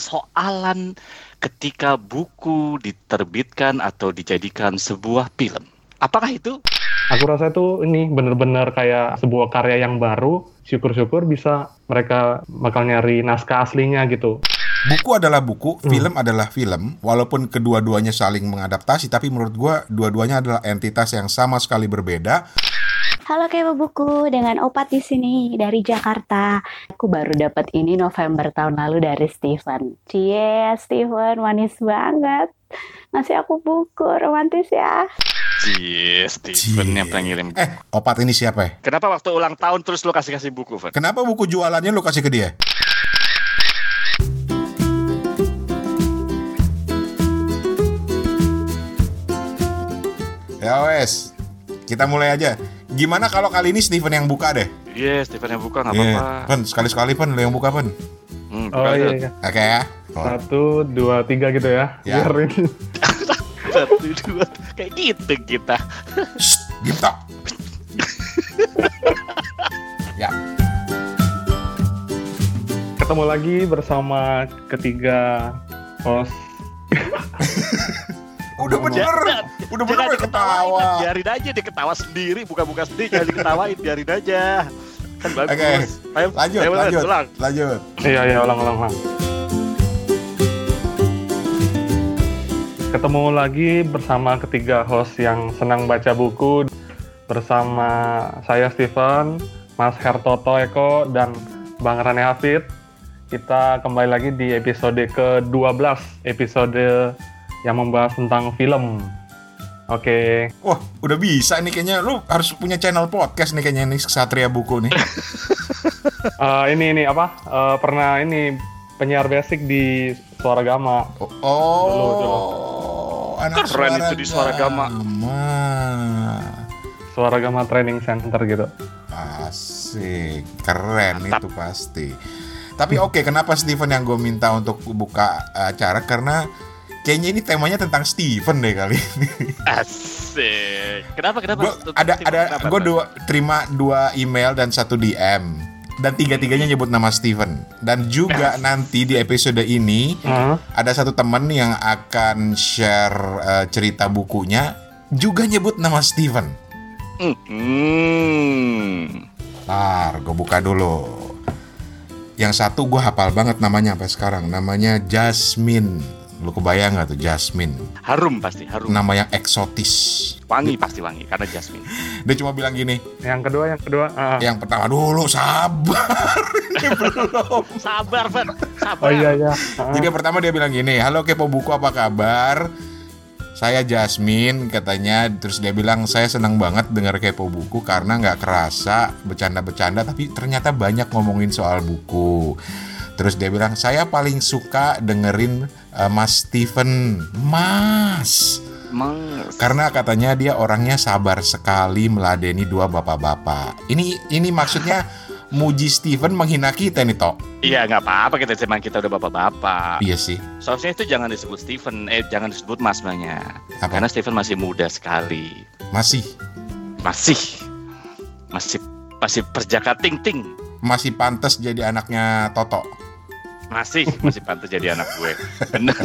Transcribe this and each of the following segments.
persoalan ketika buku diterbitkan atau dijadikan sebuah film. Apakah itu? Aku rasa itu ini benar-benar kayak sebuah karya yang baru. Syukur-syukur bisa mereka bakal nyari naskah aslinya gitu. Buku adalah buku, film adalah film. Walaupun kedua-duanya saling mengadaptasi, tapi menurut gua dua-duanya adalah entitas yang sama sekali berbeda. Halo Kepo Buku, dengan Opat di sini dari Jakarta. Aku baru dapat ini November tahun lalu dari Steven. Cie, Steven manis banget. Ngasih aku buku, romantis ya. Cie, Steven yang pernah ngirim. Opat ini siapa ya? Kenapa waktu ulang tahun terus lo kasih buku, Van? Kenapa buku jualannya lo kasih ke dia? Ya wes, kita mulai aja. Gimana kalau kali ini Steven yang buka deh? Iya, Steven yang buka, gak apa-apa. Pen, sekali-sekali Pen, lo yang buka Pen. Oh iya. Oke ya. 1, 2, 3 gitu ya. Ya. Biar ini. 1, 2, kayak gitu kita. Shh, diam tok. Ya. Ketemu lagi bersama ketiga host. Udah bener ketawa. Biarin aja dia ketawa sendiri, buka-buka sendiri, jangan diketawain, biarin aja. Kan bagus. Oke. Ayo, Lanjut. Iya, ulang. Ketemu lagi bersama ketiga host yang senang baca buku. Bersama saya Steven, Mas Hertoto Eko, dan Bang Rane Hafid. Kita kembali lagi di episode ke-12, episode yang membahas tentang film. Oke. Wah, udah bisa nih kayaknya. Lu harus punya channel podcast nih kayaknya nih, Ksatria Buku nih. Pernah ini penyiar basic di Suara Gama. Dulu. Anak keren itu di Suara Gama. Suara Gama Training Center gitu. Asik, keren. Mantap. Itu pasti. Tapi oke, kenapa Steven yang gue minta untuk buka acara? Karena kayaknya ini temanya tentang Steven deh kali ini. Asik. Kenapa? Gue terima 2 email dan 1 DM. Dan 3-tiganya nyebut nama Steven. Dan juga nanti di episode ini ada satu teman yang akan share cerita bukunya, juga nyebut nama Steven. Ntar gue buka dulu. Yang satu gue hafal banget namanya sampai sekarang. Namanya Jasmine. Lu kebayang gak tuh Jasmine? Harum pasti, harum. Nama yang eksotis. Wangi karena Jasmine. Dia cuma bilang gini. Yang kedua. Yang pertama dulu, sabar. Ini belum. Sabar, Van. Sabar. Oh iya. Jadi yang pertama dia bilang gini, halo Kepo Buku, apa kabar? Saya Jasmine katanya. Terus dia bilang, saya senang banget dengar Kepo Buku karena gak kerasa bercanda-bercanda, tapi ternyata banyak ngomongin soal buku. Terus dia bilang, saya paling suka dengerin Mas Steven. Mas. Karena katanya dia orangnya sabar sekali meladeni 2 bapak-bapak. Ini maksudnya muji Steven menghina kita nih, Tok. Iya, nggak apa-apa, kita udah bapak-bapak. Iya sih. Seharusnya itu jangan disebut Steven, jangan disebut Mas namanya. Apa? Karena Steven masih muda sekali. Masih perjaka ting-ting. Masih pantas jadi anaknya Toto. Masih pantas jadi anak gue. Bener.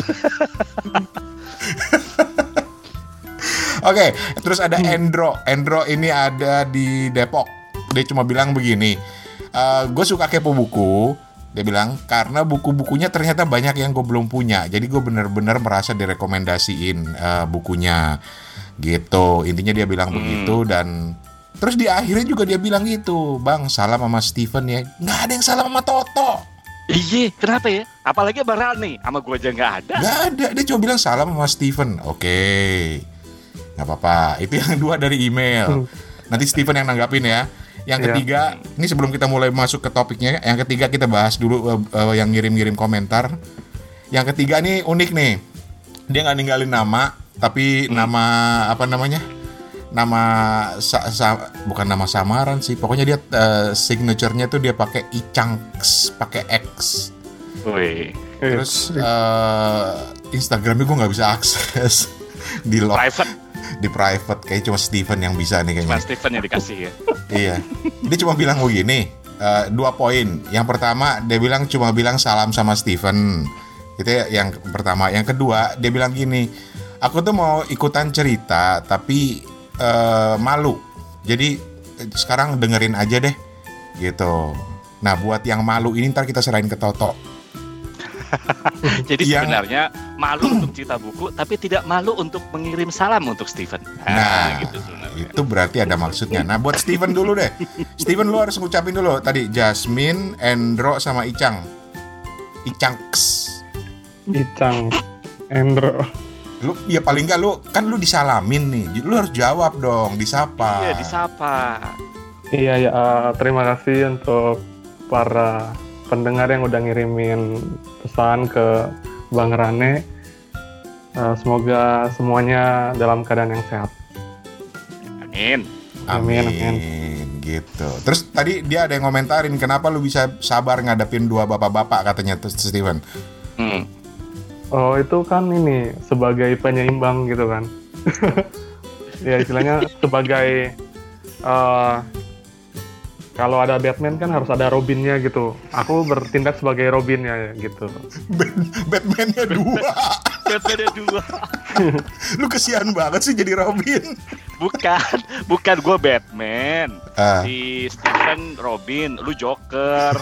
Oke, terus ada Endro. Endro ini ada di Depok. Dia cuma bilang begini, gue suka Kepo Buku. Dia bilang, karena buku-bukunya ternyata banyak yang gue belum punya. Jadi gue bener-bener merasa direkomendasiin bukunya. Gitu, intinya dia bilang begitu. Dan terus di akhirnya juga dia bilang gitu, Bang, salam sama Steven ya. Nggak ada yang salam sama Toto. Iya, kenapa ya? Apalagi Bang Rani, sama gue aja nggak ada. Nggak ada, dia cuma bilang salam sama Steven. Oke, nggak apa-apa. Itu yang 2 dari email. Nanti Steven yang nanggapin ya. Yang ketiga, ini sebelum kita mulai masuk ke topiknya, yang ketiga kita bahas dulu yang ngirim-ngirim komentar. Yang ketiga nih unik nih. Dia nggak ninggalin nama, tapi nama apa namanya? Nama bukan nama samaran sih. Pokoknya dia signaturenya tuh dia pakai Icangks, pakai X. Wih. Terus Instagramnya gue nggak bisa akses di lock. Di private, kayak cuma Steven yang bisa nih kayaknya. Cuma Steven yang dikasih ya. Iya. Dia cuma bilang begini, 2 poin. Yang pertama dia cuma bilang salam sama Steven. Itu yang pertama. Yang kedua, dia bilang gini, aku tuh mau ikutan cerita tapi malu. Jadi sekarang dengerin aja deh gitu. Nah, buat yang malu ini ntar kita serahin ke Toto. Jadi sebenarnya malu untuk cerita buku, tapi tidak malu untuk mengirim salam untuk Steven. Nah, gitu sebenarnya. itu berarti ada maksudnya. Nah, buat Steven dulu deh. Steven, lu harus ngucapin dulu tadi Jasmine, Endro, sama Icang. Icangks. Icang, Endro. Lu ya paling enggak lu disalamin nih. Lu harus jawab dong, disapa. Iya, disapa. Iya ya, terima kasih untuk para pendengar yang udah ngirimin pesan ke Bang Rane. Semoga semuanya dalam keadaan yang sehat. Amin. Amin. Gitu. Terus tadi dia ada yang komentarin kenapa lu bisa sabar ngadepin dua bapak-bapak katanya Steven. Oh, itu kan ini sebagai penyeimbang gitu kan. Ya istilahnya sebagai kalau ada Batman kan harus ada Robinnya gitu. Aku bertindak sebagai Robinnya gitu. Batman-nya dua. Batman-nya dua. Lu kesian banget sih jadi Robin. Bukan gue Batman. Si Steven Robin, lu Joker.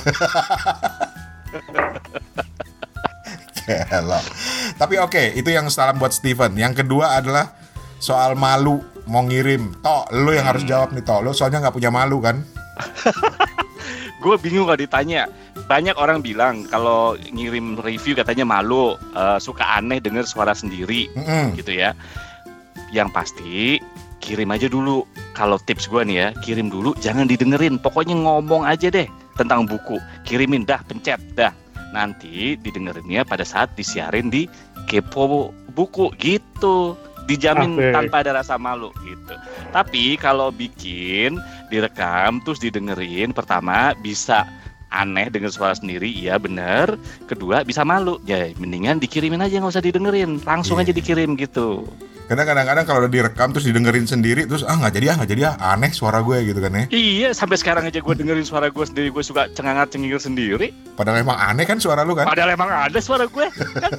Gila. Tapi oke, itu yang salam buat Steven. Yang kedua adalah soal malu mau ngirim. Tok, lu yang harus jawab nih, Tok. Lu soalnya nggak punya malu kan? Gue bingung kalau ditanya. Banyak orang bilang kalau ngirim review katanya malu, suka aneh denger suara sendiri, gitu ya. Yang pasti kirim aja dulu. Kalau tips gue nih ya, kirim dulu, jangan didengerin. Pokoknya ngomong aja deh tentang buku. Kirimin dah, pencet dah. Nanti didengerinnya pada saat disiarin di Kepo Buku gitu. Dijamin tanpa ada rasa malu gitu. Tapi kalau bikin direkam terus didengerin, pertama bisa aneh denger suara sendiri, iya bener. Kedua bisa malu, ya mendingan dikirimin aja, nggak usah didengerin, langsung aja dikirim gitu. Karena kadang-kadang kalau udah direkam terus didengerin sendiri terus nggak jadi aneh suara gue gitu kan ya. Iya, sampai sekarang aja gue dengerin suara gue sendiri, gue suka cengangat-cengir sendiri. Padahal emang aneh kan suara lu kan? Padahal emang ada suara gue kan?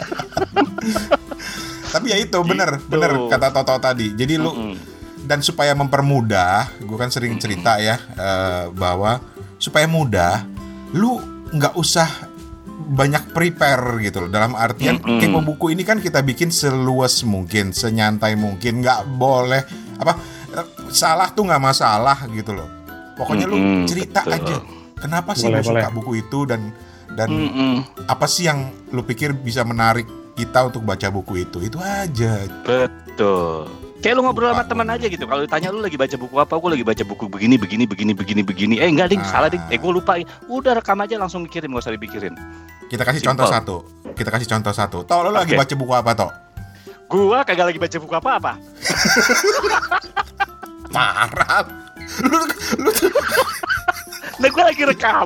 Tapi ya itu bener kata Toto tadi. Jadi lu dan supaya mempermudah, gue kan sering cerita ya bahwa supaya mudah, lu nggak usah banyak prepare gitu loh. Dalam artian Kepo Buku ini kan kita bikin seluas mungkin, senyantai mungkin, nggak boleh salah tuh nggak masalah gitu loh. Pokoknya lu cerita aja. Kenapa sih lu suka buku itu dan apa sih yang lu pikir bisa menarik kita untuk baca buku itu aja. Betul. Kayak lu ngobrol sama teman aja gitu. Kalau ditanya lu lagi baca buku apa, aku lagi baca buku begini. Enggak ding, salah ding. Gue lupa. Udah rekam aja langsung kirim, gak usah dipikirin. Kita kasih contoh satu. Tok, lu lagi baca buku apa, Tok? Gua kagak lagi baca buku apa-apa. Parah. Lu Nah, gue lagi rekam.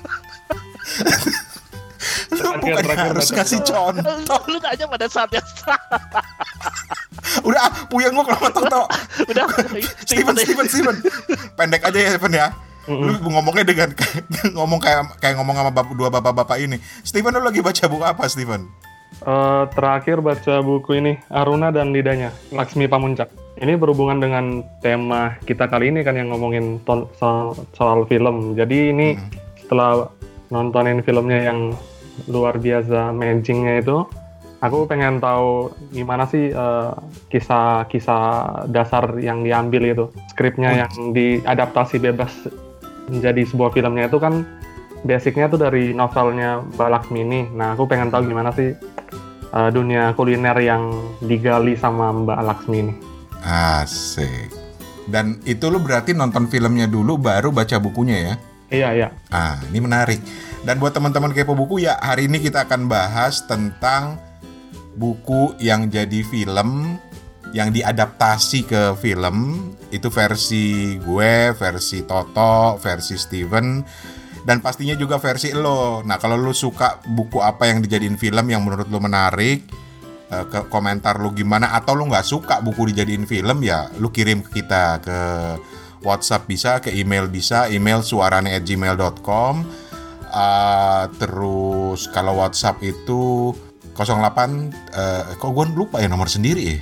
Lu bukan harus kasih contoh. Lu tanya pada saat yang salah. Udah puyeng gua kalau Toto. Udah. Steven. Pendek aja ya, Steven ya. Lu ngomongnya dengan ngomong kayak ngomong sama dua bapak-bapak ini. Steven, lu lagi baca buku apa, Steven? Terakhir baca buku ini Aruna dan Lidahnya, Laksmi Pamuncak. Ini berhubungan dengan tema kita kali ini kan yang ngomongin soal film. Jadi ini setelah nontonin filmnya yang luar biasa amazing-nya itu, aku pengen tahu gimana sih kisah dasar yang diambil itu, skripnya yang diadaptasi bebas menjadi sebuah filmnya itu kan basicnya tuh dari novelnya Mbak Laksmini. Nah, aku pengen tahu gimana sih dunia kuliner yang digali sama Mbak Laksmini. Asik. Dan itu lu berarti nonton filmnya dulu baru baca bukunya ya? Iya. Ini menarik. Dan buat teman-teman Kepo Buku ya, hari ini kita akan bahas tentang buku yang jadi film, yang diadaptasi ke film. Itu versi gue, versi Toto, versi Steven, dan pastinya juga versi lo. Nah, kalau lo suka buku apa yang dijadiin film yang menurut lo menarik, ke komentar lo gimana, atau lo nggak suka buku dijadiin film, ya lo kirim ke kita, ke WhatsApp bisa, ke email bisa, email suarane@gmail.com. Terus kalau WhatsApp itu 08 kok gue lupa ya nomor sendiri ya.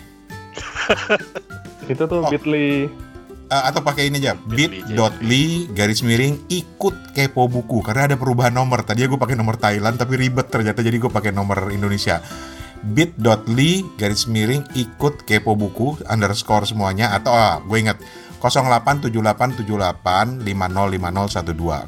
Itu tuh bit.ly. Atau pakai ini aja, bit.ly/, ikut kepo buku, karena ada perubahan nomor. Tadi gue pakai nomor Thailand tapi ribet ternyata, jadi gue pakai nomor Indonesia. bit.ly/, ikut kepo buku _ semuanya, atau gue ingat 087878505012,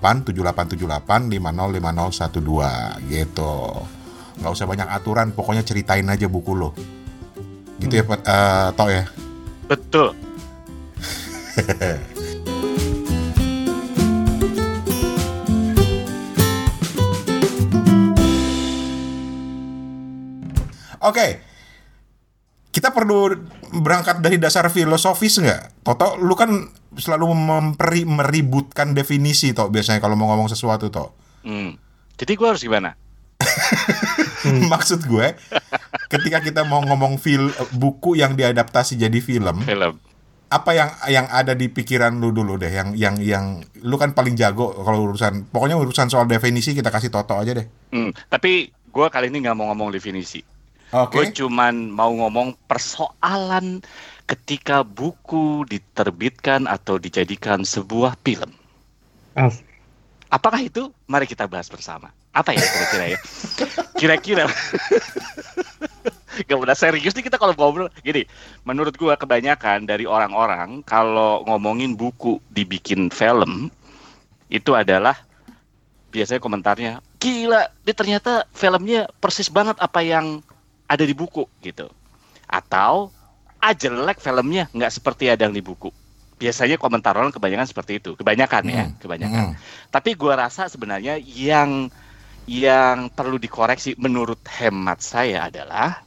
087878505012 gitu. Nggak usah banyak aturan, pokoknya ceritain aja buku lo. Gitu ya, Tok ya? Betul. Oke, kita perlu berangkat dari dasar filosofis nggak? Toto, lu kan selalu meributkan definisi, Tok, biasanya kalau mau ngomong sesuatu, Tok. Jadi gue harus gimana? Maksud gue, ketika kita mau ngomong buku yang diadaptasi jadi film, apa yang ada di pikiran lu dulu deh, yang lu kan paling jago kalau urusan soal definisi, kita kasih Toto aja deh. Tapi gue kali ini nggak mau ngomong definisi. Gue cuman mau ngomong persoalan ketika buku diterbitkan atau dijadikan sebuah film. Apakah itu? Mari kita bahas bersama. Apa ya kira-kira ya? Kira-kira. Gak udah serius nih kita kalau ngobrol. Gini, menurut gua kebanyakan dari orang-orang kalau ngomongin buku dibikin film, itu adalah biasanya komentarnya, gila, dia ternyata filmnya persis banget apa yang ada di buku gitu. Atau, jelek filmnya, nggak seperti ada yang di buku. Biasanya komentar orang kebanyakan seperti itu. Kebanyakan. Tapi gua rasa sebenarnya yang perlu dikoreksi menurut hemat saya adalah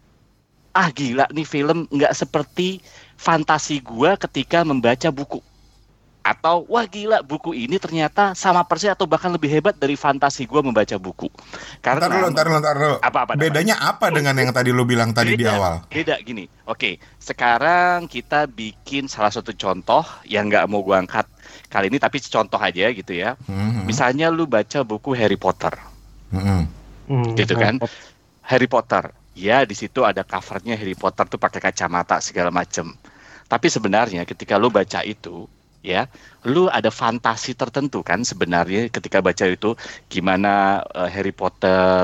gila nih film nggak seperti fantasi gua ketika membaca buku, atau wah gila buku ini ternyata sama persis atau bahkan lebih hebat dari fantasi gua membaca buku. Karena Ntar dulu. Bedanya apa dengan yang tadi lu bilang tadi di awal? Beda gini. Oke, sekarang kita bikin salah satu contoh yang nggak mau gua angkat kali ini, tapi contoh aja gitu ya. Misalnya lu baca buku Harry Potter, gitu kan? Harry Potter, ya di situ ada covernya Harry Potter tuh pakai kacamata segala macem. Tapi sebenarnya ketika lu baca itu, ya, lu ada fantasi tertentu kan sebenarnya ketika baca itu, gimana Harry Potter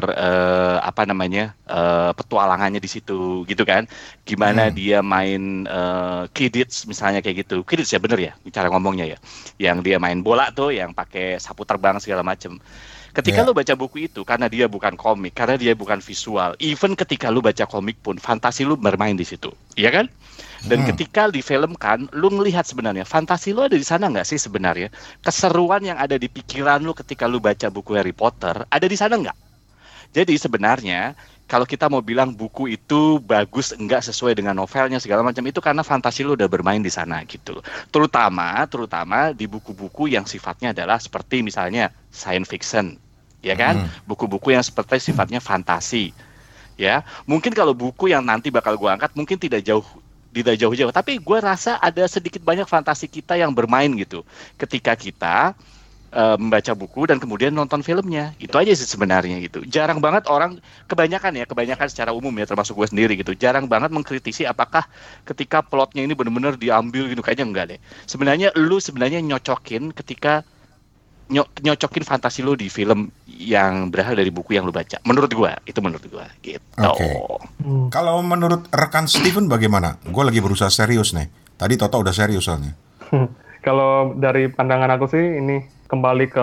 petualangannya di situ gitu kan, gimana dia main Quidditch misalnya kayak gitu. Quidditch ya bener ya cara ngomongnya ya, yang dia main bola tuh yang pakai sapu terbang segala macem. Ketika lu baca buku itu, karena dia bukan komik, karena dia bukan visual, even ketika lu baca komik pun fantasi lu bermain di situ, iya kan? Dan ketika difilmkan, lu ngelihat sebenarnya fantasi lu ada di sana nggak sih sebenarnya? Keseruan yang ada di pikiran lu ketika lu baca buku Harry Potter ada di sana nggak? Jadi sebenarnya kalau kita mau bilang buku itu bagus enggak sesuai dengan novelnya segala macam, itu karena fantasi lu udah bermain di sana gitu. Terutama di buku-buku yang sifatnya adalah seperti misalnya science fiction, ya kan? Buku-buku yang seperti sifatnya fantasi. Ya, mungkin kalau buku yang nanti bakal gua angkat mungkin tidak jauh-jauh, tapi gue rasa ada sedikit banyak fantasi kita yang bermain gitu ketika kita membaca buku dan kemudian nonton filmnya. Itu aja sih sebenarnya gitu. Jarang banget orang, kebanyakan secara umum ya, termasuk gue sendiri gitu, jarang banget mengkritisi apakah ketika plotnya ini benar-benar diambil gitu, kayaknya enggak deh. Sebenarnya lu nyocokin ketika nyocokin fantasi lu di film yang berasal dari buku yang lu baca. Menurut gue gitu. Okay. Kalau menurut rekan Steven bagaimana? Gue lagi berusaha serius nih. Tadi Toto udah serius soalnya. Kalau dari pandangan aku sih ini kembali ke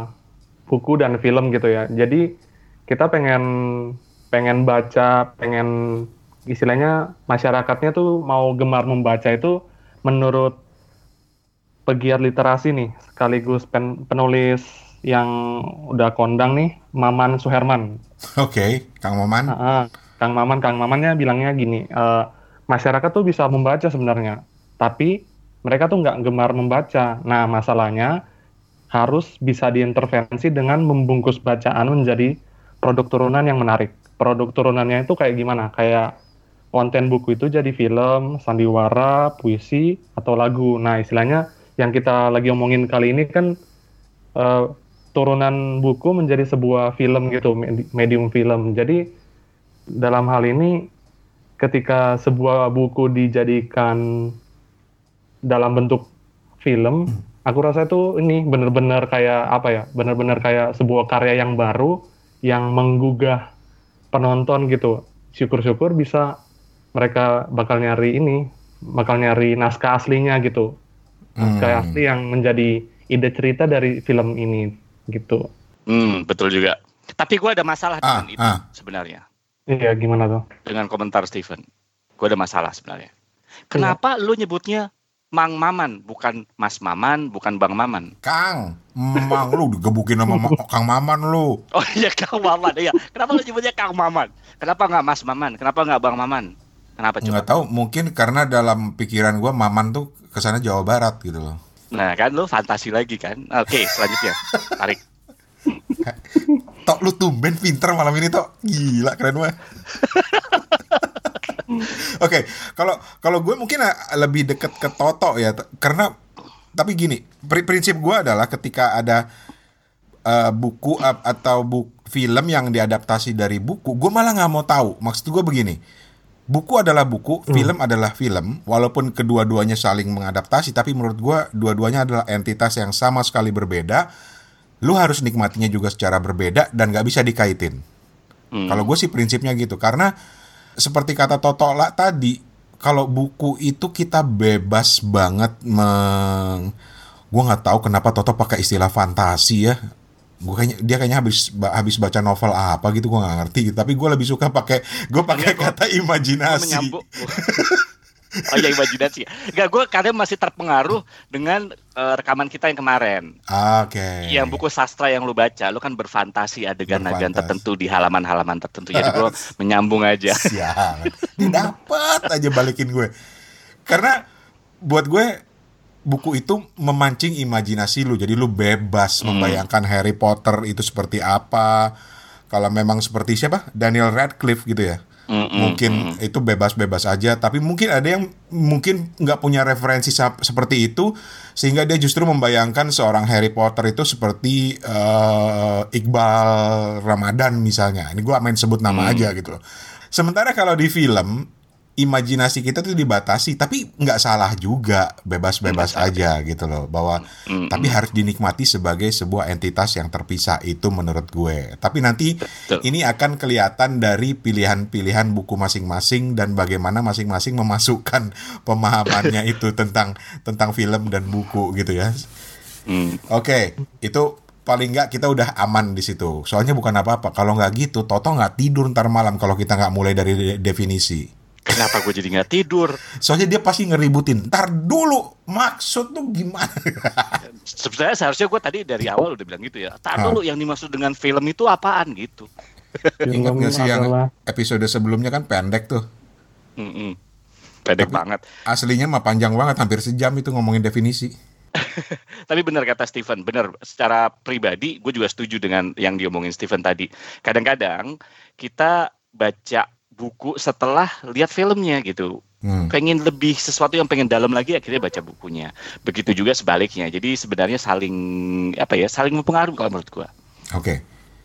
buku dan film gitu ya. Jadi kita pengen baca, istilahnya masyarakatnya tuh mau gemar membaca itu menurut pegiat literasi nih, sekaligus penulis yang udah kondang nih, Maman Suherman. Oke, Kang Maman. Kang Mamannya bilangnya gini, masyarakat tuh bisa membaca sebenarnya, tapi mereka tuh nggak gemar membaca. Nah, masalahnya harus bisa diintervensi dengan membungkus bacaan menjadi produk turunan yang menarik. Produk turunannya itu kayak gimana? Kayak konten buku itu jadi film, sandiwara, puisi, atau lagu. Nah, istilahnya yang kita lagi omongin kali ini kan turunan buku menjadi sebuah film gitu, medium film. Jadi dalam hal ini ketika sebuah buku dijadikan dalam bentuk film, aku rasa itu ini benar-benar kayak apa ya? Benar-benar kayak sebuah karya yang baru yang menggugah penonton gitu. Syukur-syukur bisa mereka bakal nyari naskah aslinya gitu. Naskah asli yang menjadi ide cerita dari film ini gitu. Betul juga. Tapi gue ada masalah dengan itu sebenarnya. Iya, gimana tuh? Dengan komentar Steven. Gue ada masalah sebenarnya. Kenapa lu nyebutnya Mang Maman, bukan Mas Maman, bukan Bang Maman? Kang, Mang lu digebukin sama Kang Maman lu. Oh iya, Kang Maman. Iya. Kenapa lu nyebutnya Kang Maman? Kenapa nggak Mas Maman? Kenapa nggak Bang Maman? Kenapa coba? Nggak tahu, mungkin karena dalam pikiran gue Maman tuh kesana Jawa Barat gitu loh. Nah kan lu fantasi lagi kan? Oke, selanjutnya. Tarik. Tok, lu tumben pinter malam ini, Tok. Gila, keren banget. Oke, kalau gue mungkin lebih deket ke Toto ya, karena tapi gini, prinsip gue adalah ketika ada buku atau film yang diadaptasi dari buku, gue malah nggak mau tahu. Maksud gue begini, buku adalah buku, film adalah film, walaupun kedua-duanya saling mengadaptasi, tapi menurut gue dua-duanya adalah entitas yang sama sekali berbeda. Lu harus nikmatinya juga secara berbeda dan nggak bisa dikaitin. Kalau gue sih prinsipnya gitu, karena seperti kata Toto lah tadi, kalau buku itu kita bebas banget gue nggak tahu kenapa Toto pakai istilah fantasi ya. Dia kayaknya habis baca novel apa gitu, gue nggak ngerti. Tapi gue lebih suka pakai kata imajinasi. Oh ya, imajinasi. Enggak, gue kadang masih terpengaruh dengan rekaman kita yang kemarin. Oke. Yang buku sastra yang lu baca, lu kan berfantasi adegan-adegan tertentu di halaman-halaman tertentu. Jadi gue menyambung aja. Sial. Dapat aja balikin gue. Karena buat gue buku itu memancing imajinasi lu. Jadi lu bebas membayangkan Harry Potter itu seperti apa. Kalau memang seperti siapa? Daniel Radcliffe gitu ya. Mungkin itu bebas-bebas aja, tapi mungkin ada yang mungkin nggak punya referensi seperti itu, sehingga dia justru membayangkan seorang Harry Potter itu seperti Iqbal Ramadan misalnya. Ini gue main sebut nama aja gitu loh. Sementara kalau di film, imajinasi kita tuh dibatasi, tapi nggak salah juga, bebas-bebas aja gitu loh, bahwa tapi harus dinikmati sebagai sebuah entitas yang terpisah, itu menurut gue. Tapi nanti ini akan kelihatan dari pilihan-pilihan buku masing-masing dan bagaimana masing-masing memasukkan pemahamannya itu tentang film dan buku gitu ya. Oke, itu paling nggak kita udah aman di situ. Soalnya bukan apa-apa, kalau nggak gitu Toto nggak tidur ntar malam kalau kita nggak mulai dari definisi. Kenapa gue jadi nggak tidur? Soalnya dia pasti ngeributin. Ntar dulu, maksud tuh gimana? Sebenarnya seharusnya gue tadi dari awal udah bilang gitu ya. Ntar dulu, yang dimaksud dengan film itu apaan gitu. Ingat nggak sih yang episode sebelumnya kan pendek tuh? Pendek banget. Aslinya mah panjang banget, hampir sejam itu ngomongin definisi. Tapi benar kata Steven, benar. Secara pribadi, gue juga setuju dengan yang diomongin Steven tadi. Kadang-kadang kita baca buku setelah lihat filmnya gitu. Pengen lebih sesuatu yang pengen dalam lagi, akhirnya baca bukunya. Begitu juga sebaliknya. Jadi sebenarnya saling mempengaruhi kalau menurut gua. Oke.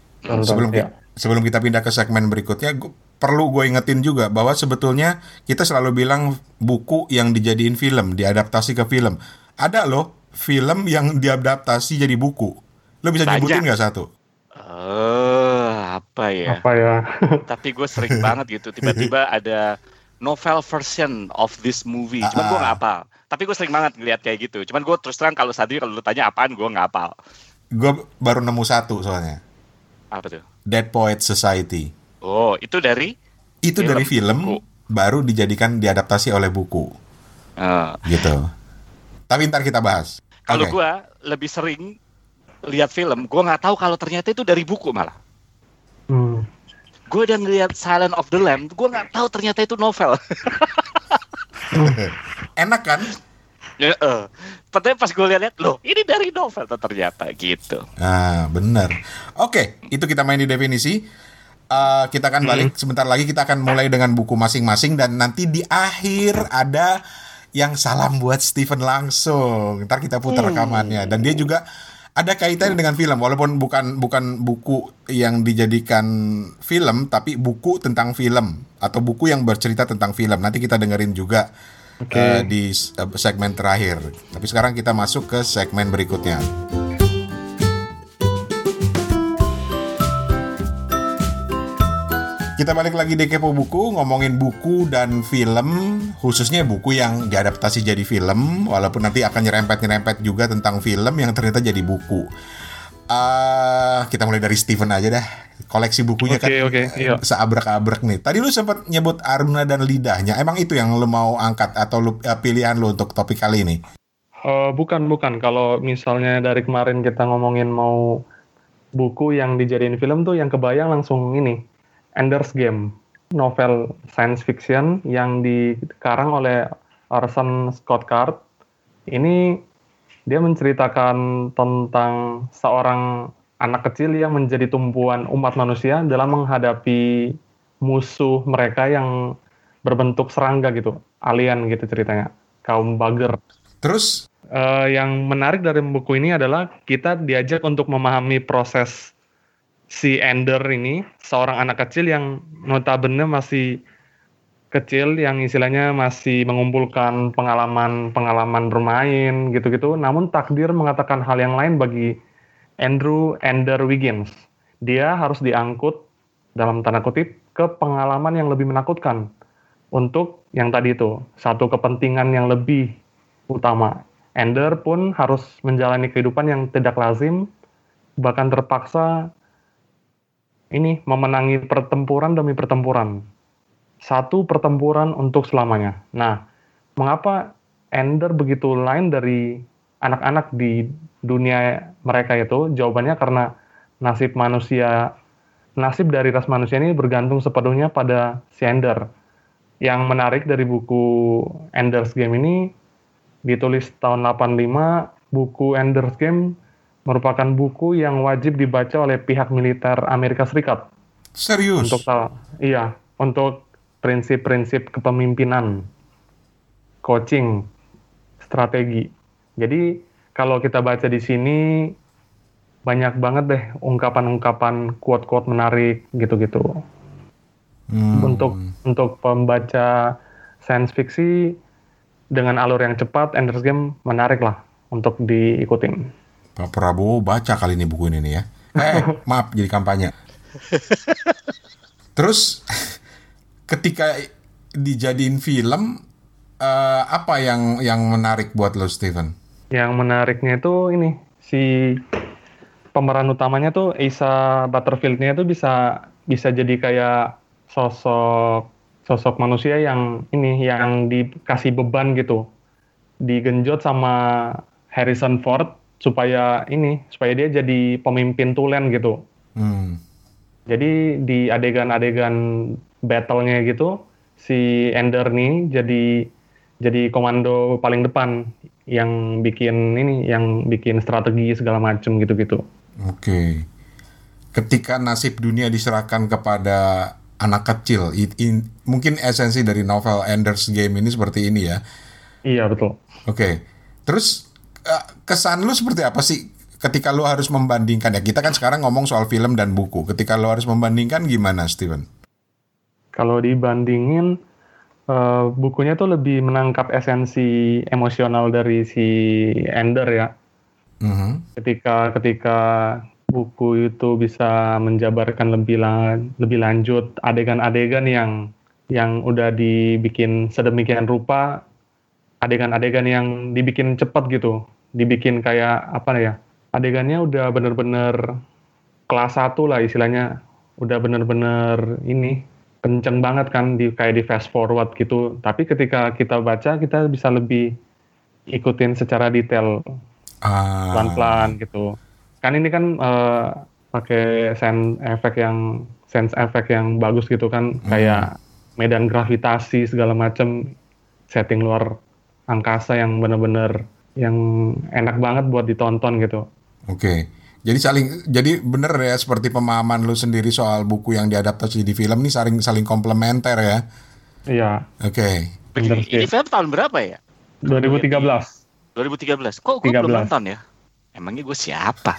Sebelum kita pindah ke segmen berikutnya, perlu gue ingetin juga bahwa sebetulnya kita selalu bilang buku yang dijadiin film, diadaptasi ke film. Ada loh film yang diadaptasi jadi buku. Lo bisa nyebutin nggak satu? Apa ya? Tapi gue sering banget gitu. Tiba-tiba ada novel version of this movie. Cuman gue nggak hafal. Tapi gue sering banget ngeliat kayak gitu. Cuman gue terus terang kalau lu tanya apaan, gue nggak hafal. Gue baru nemu satu soalnya. Apa tuh? Dead Poets Society. Oh, itu dari? Itu dari film baru diadaptasi oleh buku. Gitu. Tapi ntar kita bahas. Kalau gue lebih sering lihat film, gue nggak tahu kalau ternyata itu dari buku malah. Gue udah ngeliat Silence of the Lambs, gue nggak tahu ternyata itu novel. Enak kan? Padahal pas gue lihat, loh ini dari novel ternyata gitu. Bener. Oke, itu kita main di definisi. Kita akan balik sebentar lagi, kita akan mulai dengan buku masing-masing dan nanti di akhir ada yang salam buat Steven langsung. Ntar kita putar rekamannya dan dia juga ada kaitannya dengan film, walaupun bukan buku yang dijadikan film, tapi buku tentang film atau buku yang bercerita tentang film. Nanti kita dengerin juga di segmen terakhir. Tapi sekarang kita masuk ke segmen berikutnya. Kita balik lagi di Kepo Buku, ngomongin buku dan film, khususnya buku yang diadaptasi jadi film, walaupun nanti akan nyerempet-nyerempet juga tentang film yang ternyata jadi buku. Kita mulai dari Stephen aja dah. Koleksi bukunya iya. Seabrak-abrak nih. Tadi lu sempat nyebut Aruna dan Lidahnya. Emang itu yang lu mau angkat atau pilihan lu untuk topik kali ini? Bukan. Kalau misalnya dari kemarin kita ngomongin mau buku yang dijadiin film tuh, yang kebayang langsung ini. Ender's Game, novel science fiction yang dikarang oleh Orson Scott Card. Ini dia menceritakan tentang seorang anak kecil yang menjadi tumpuan umat manusia dalam menghadapi musuh mereka yang berbentuk serangga gitu, alien gitu ceritanya, kaum bugger. Terus? Yang menarik dari buku ini adalah kita diajak untuk memahami proses si Ender ini, seorang anak kecil yang notabene masih kecil, yang istilahnya masih mengumpulkan pengalaman bermain gitu-gitu, namun takdir mengatakan hal yang lain bagi Ender Wiggins. Dia harus diangkut, dalam tanda kutip, ke pengalaman yang lebih menakutkan untuk yang tadi itu, satu kepentingan yang lebih utama. Ender pun harus menjalani kehidupan yang tidak lazim, bahkan terpaksa memenangi pertempuran demi pertempuran. Satu pertempuran untuk selamanya. Nah, mengapa Ender begitu lain dari anak-anak di dunia mereka itu? Jawabannya karena nasib dari ras manusia ini bergantung sepenuhnya pada si Ender. Yang menarik dari buku Ender's Game ini, ditulis tahun 85, buku Ender's Game merupakan buku yang wajib dibaca oleh pihak militer Amerika Serikat. Serius? Untuk prinsip-prinsip kepemimpinan, coaching, strategi. Jadi kalau kita baca di sini banyak banget deh ungkapan-ungkapan, quote-quote menarik gitu-gitu. Untuk pembaca science fiction dengan alur yang cepat, Ender's Game menarik lah untuk diikutin. Pak Prabowo baca kali ini buku ini nih ya. Maaf, jadi kampanye. Terus ketika dijadiin film, apa yang menarik buat lo, Stephen? Yang menariknya itu si pemeran utamanya tuh Asa Butterfield-nya tuh bisa jadi kayak sosok manusia yang dikasih beban gitu, digenjot sama Harrison Ford supaya dia jadi pemimpin tulen gitu. Jadi di adegan-adegan battle-nya gitu, si Ender nih jadi komando paling depan yang bikin strategi segala macem gitu-gitu. Oke. Ketika nasib dunia diserahkan kepada anak kecil, mungkin esensi dari novel Ender's Game ini seperti ini ya. Iya, betul. Oke. Terus kesan lu seperti apa sih ketika lu harus membandingkan ya? Kita kan sekarang ngomong soal film dan buku. Ketika lu harus membandingkan gimana, Steven? Kalau dibandingin, bukunya tuh lebih menangkap esensi emosional dari si Ender ya. Ketika buku itu bisa menjabarkan lebih lanjut adegan-adegan yang udah dibikin sedemikian rupa, adegan-adegan yang dibikin cepat gitu. Dibikin kayak adegannya udah bener-bener kelas 1 lah istilahnya, udah bener-bener kenceng banget kan, kayak di fast forward gitu. Tapi ketika kita baca, kita bisa lebih ikutin secara detail, pelan-pelan gitu. Kan ini kan pakai sense effect yang bagus gitu kan, kayak medan gravitasi segala macam, setting luar angkasa yang bener-bener yang enak banget buat ditonton gitu. Oke. Jadi bener ya, seperti pemahaman lu sendiri soal buku yang diadaptasi di film ini saling komplementer ya. Iya. Oke. Ini film tahun berapa ya? 2013. 2013. Kok gue belum nonton ya? emangnya gue siapa?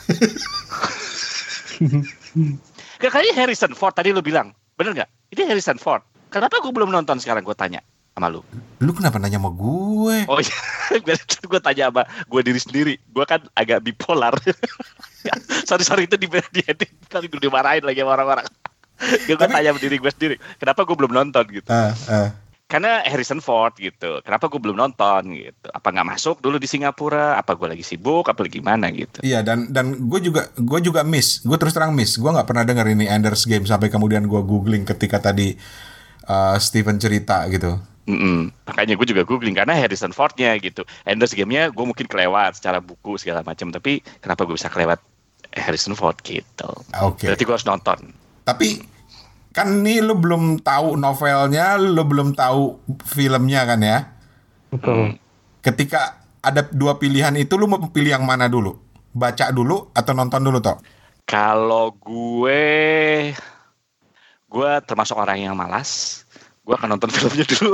Kayaknya Harrison Ford tadi lu bilang, bener nggak? Ini Harrison Ford. Kenapa gue belum nonton sekarang? Gue tanya sama lu. Lu kenapa nanya sama gue? Oh iya, gue tanya sama gue diri sendiri. Gue kan agak bipolar. sorry itu diedit, tadi gue dimarahin lagi sama orang-orang. Gue tanya sama diri gue sendiri, kenapa gue belum nonton gitu? Karena Harrison Ford gitu. Kenapa gue belum nonton gitu? Apa nggak masuk dulu di Singapura? Apa gue lagi sibuk? Apa lagi gimana gitu? Iya, dan gue juga miss. Gue terus terang miss. Gue nggak pernah denger ini Ender's Game sampai kemudian gue googling ketika tadi Steven cerita gitu. Makanya gue juga googling karena Harrison Ford-nya gitu. Ender's Game-nya gue mungkin kelewat secara buku segala macam. Tapi kenapa gue bisa kelewat Harrison Ford gitu? Oke. Berarti gue harus nonton. Tapi kan nih lu belum tahu novelnya, lu belum tahu filmnya kan ya? Betul. Ketika ada dua pilihan itu, lu mau pilih yang mana dulu? Baca dulu atau nonton dulu, Tok? Kalau gue termasuk orang yang malas. Gue akan nonton filmnya dulu.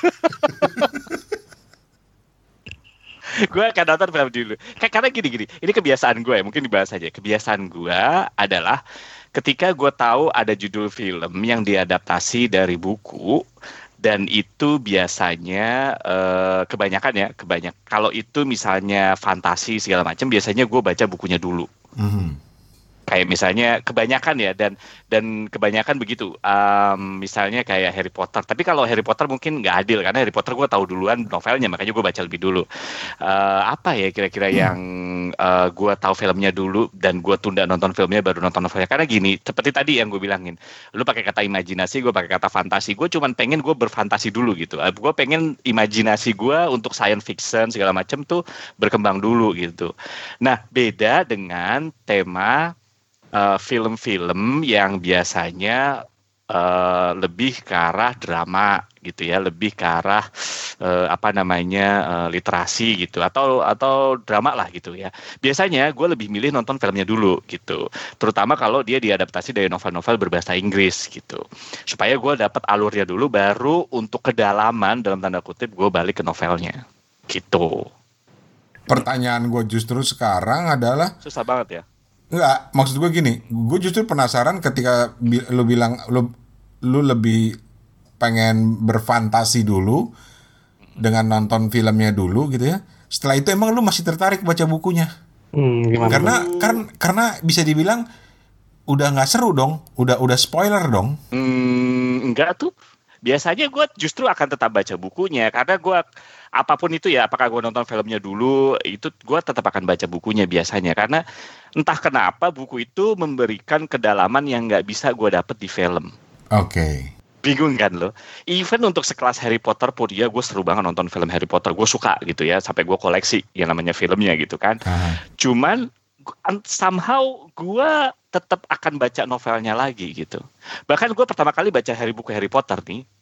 Gue akan nonton film dulu. Karena gini, ini kebiasaan gue ya, mungkin dibahas aja. Kebiasaan gue adalah ketika gue tahu ada judul film yang diadaptasi dari buku, dan itu biasanya kebanyakan kalau itu misalnya fantasi segala macam, biasanya gue baca bukunya dulu. Kayak misalnya kebanyakan ya, dan kebanyakan begitu. Misalnya kayak Harry Potter. Tapi kalau Harry Potter mungkin nggak adil karena Harry Potter gue tahu duluan novelnya, makanya gue baca lebih dulu. Apa ya kira-kira yang gue tahu filmnya dulu dan gue tunda nonton filmnya baru nonton novelnya? Karena gini, seperti tadi yang gue bilangin, lu pakai kata imajinasi, gue pakai kata fantasi. Gue cuman pengen gue berfantasi dulu gitu. Gue pengen imajinasi gue untuk science fiction segala macam tuh berkembang dulu gitu. Nah, beda dengan tema film-film yang biasanya lebih ke arah drama gitu ya, lebih ke arah literasi gitu atau drama lah gitu ya. Biasanya gue lebih milih nonton filmnya dulu gitu, terutama kalau dia diadaptasi dari novel-novel berbahasa Inggris gitu, supaya gue dapat alurnya dulu, baru untuk kedalaman dalam tanda kutip gue balik ke novelnya gitu. Pertanyaan gue justru sekarang adalah, susah banget ya. Enggak, maksud gue gini, gue justru penasaran ketika lu bilang lu lebih pengen berfantasi dulu dengan nonton filmnya dulu gitu ya. Setelah itu emang lu masih tertarik baca bukunya? Gimana? Karena bisa dibilang udah nggak seru dong, udah spoiler dong. Enggak tuh. Biasanya gue justru akan tetap baca bukunya, karena gue apapun itu ya, apakah gue nonton filmnya dulu, itu gue tetap akan baca bukunya biasanya, karena entah kenapa buku itu memberikan kedalaman yang nggak bisa gue dapet di film. Oke. Bingung kan lo? Even untuk sekelas Harry Potter pun ya, gue seru banget nonton film Harry Potter, gue suka gitu ya, sampai gue koleksi yang namanya filmnya gitu kan. Cuman somehow gue tetap akan baca novelnya lagi gitu. Bahkan gue pertama kali baca buku Harry Potter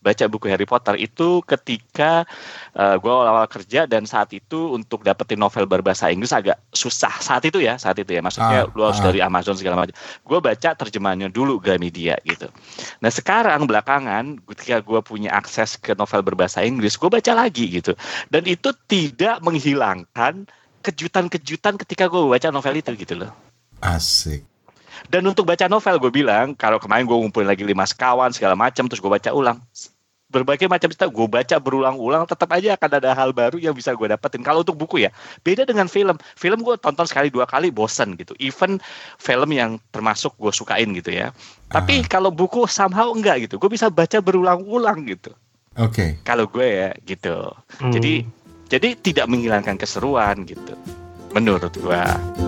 itu ketika gue awal kerja, dan saat itu untuk dapetin novel berbahasa Inggris agak susah saat itu ya, maksudnya lu harus dari Amazon segala macam. Gue baca terjemahannya dulu Gramedia gitu. Nah sekarang belakangan ketika gue punya akses ke novel berbahasa Inggris, gue baca lagi gitu, dan itu tidak menghilangkan kejutan-kejutan ketika gue baca novel itu gitu loh. Asik. Dan untuk baca novel, gue bilang, kalau kemarin gue ngumpulin lagi 5 sekawan segala macam, terus gue baca ulang, berbagai macam cerita gue baca berulang-ulang, tetap aja akan ada hal baru yang bisa gue dapetin. Kalau untuk buku ya, beda dengan film gue tonton sekali 2 kali bosan gitu, even film yang termasuk gue sukain gitu ya. Tapi kalau buku somehow enggak gitu, gue bisa baca berulang-ulang gitu. Oke. Kalau gue ya gitu. Jadi tidak menghilangkan keseruan gitu, menurut gue.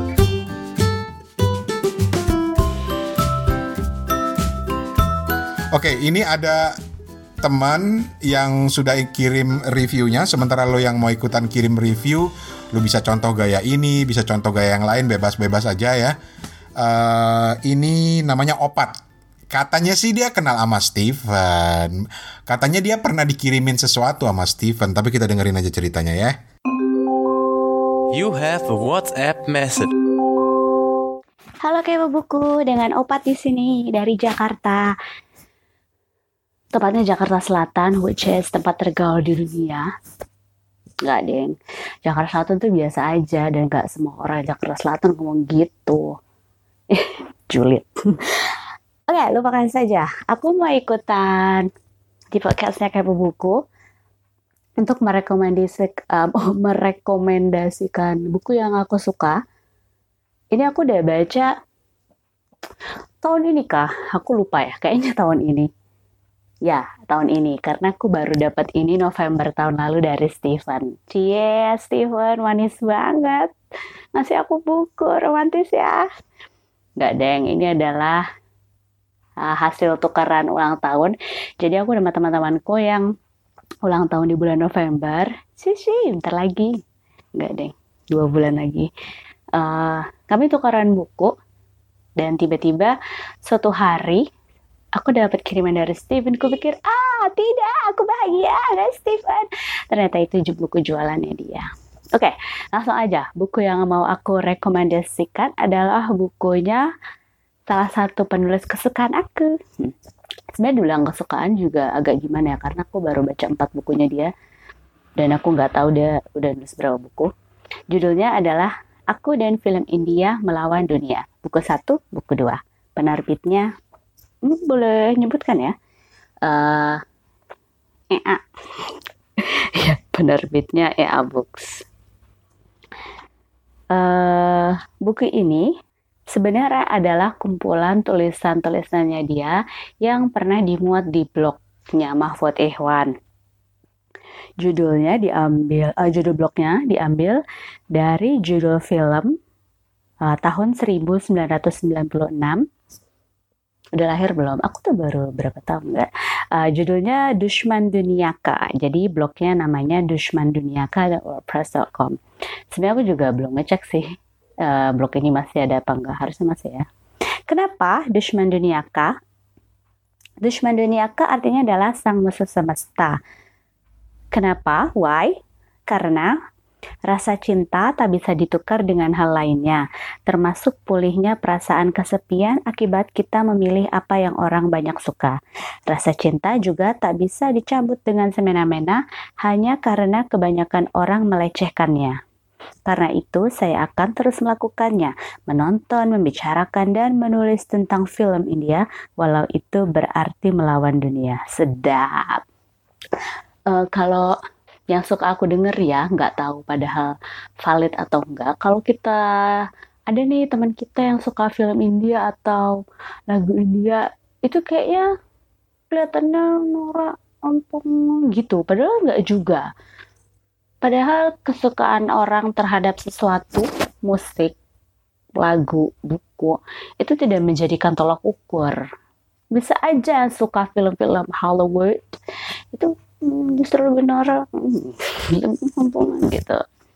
Oke, ini ada teman yang sudah kirim reviewnya. Sementara lo yang mau ikutan kirim review, lo bisa contoh gaya ini, bisa contoh gaya yang lain, bebas-bebas aja ya. Ini namanya Opat. Katanya sih dia kenal sama Steven. Katanya dia pernah dikirimin sesuatu sama Steven, tapi kita dengerin aja ceritanya ya. You have a WhatsApp message. Halo Kepo Buku, dengan Opat di sini dari Jakarta. Tepatnya Jakarta Selatan, which is tempat tergaul di dunia. Nggak, deng. Jakarta Selatan tuh biasa aja, dan nggak semua orang Jakarta Selatan ngomong gitu. Julid. Oke, lupakan saja. Aku mau ikutan di podcastnya Kepo Buku untuk merekomendasikan buku yang aku suka. Ini aku udah baca tahun ini kah? Aku lupa ya, kayaknya tahun ini. Ya, tahun ini. Karena aku baru dapat ini November tahun lalu dari Stephen. Cie, Stephen, manis banget. Ngasih aku buku, romantis ya. Nggak, deng, ini adalah hasil tukeran ulang tahun. Jadi aku sama teman-temanku yang ulang tahun di bulan November. Bentar lagi. Nggak, deng, 2 bulan lagi. Kami tukeran buku. Dan tiba-tiba suatu hari aku dapat kiriman dari Stephen. Ku pikir, tidak, aku bahagia dengan Stephen. Ternyata itu buku jualannya dia. Oke, langsung aja. Buku yang mau aku rekomendasikan adalah bukunya salah satu penulis kesukaan aku. Sebenarnya dibilang kesukaan juga agak gimana ya, karena aku baru baca 4 bukunya dia. Dan aku nggak tahu dia udah nulis berapa buku. Judulnya adalah Aku dan Film India Melawan Dunia. Buku 1, buku 2. Penerbitnya, boleh nyebutkan ya? EA. Ya, penerbitnya EA Books. Buku ini sebenarnya adalah kumpulan tulisan-tulisannya dia yang pernah dimuat di blognya Mahfud Ihwan. Judul blognya diambil dari judul film tahun 1996. Udah lahir belum? Aku tuh baru berapa tahun enggak? Judulnya Dushman Dunia Ka. Jadi blognya namanya dushmanduniaka.wordpress.com. Sebenarnya aku juga belum ngecek sih blog ini masih ada apa enggak. Harusnya masih ya. Kenapa Dushman Dunia Ka? Dushman Dunia Ka artinya adalah sang musuh semesta. Kenapa? Why? Karena rasa cinta tak bisa ditukar dengan hal lainnya, termasuk pulihnya perasaan kesepian akibat kita memilih apa yang orang banyak suka. Rasa cinta juga tak bisa dicabut dengan semena-mena hanya karena kebanyakan orang melecehkannya. Karena itu, saya akan terus melakukannya, menonton, membicarakan, dan menulis tentang film India, walau itu berarti melawan dunia. Sedap! Kalau yang suka aku denger ya, nggak tahu padahal valid atau enggak. Kalau kita ada nih teman kita yang suka film India atau lagu India, itu kayaknya kelihatannya norak, ompong gitu. Padahal nggak juga. Padahal kesukaan orang terhadap sesuatu, musik, lagu, buku, itu tidak menjadikan tolak ukur. Bisa aja suka film-film Hollywood, itu justru lebih norak, lebih kampungan gitu.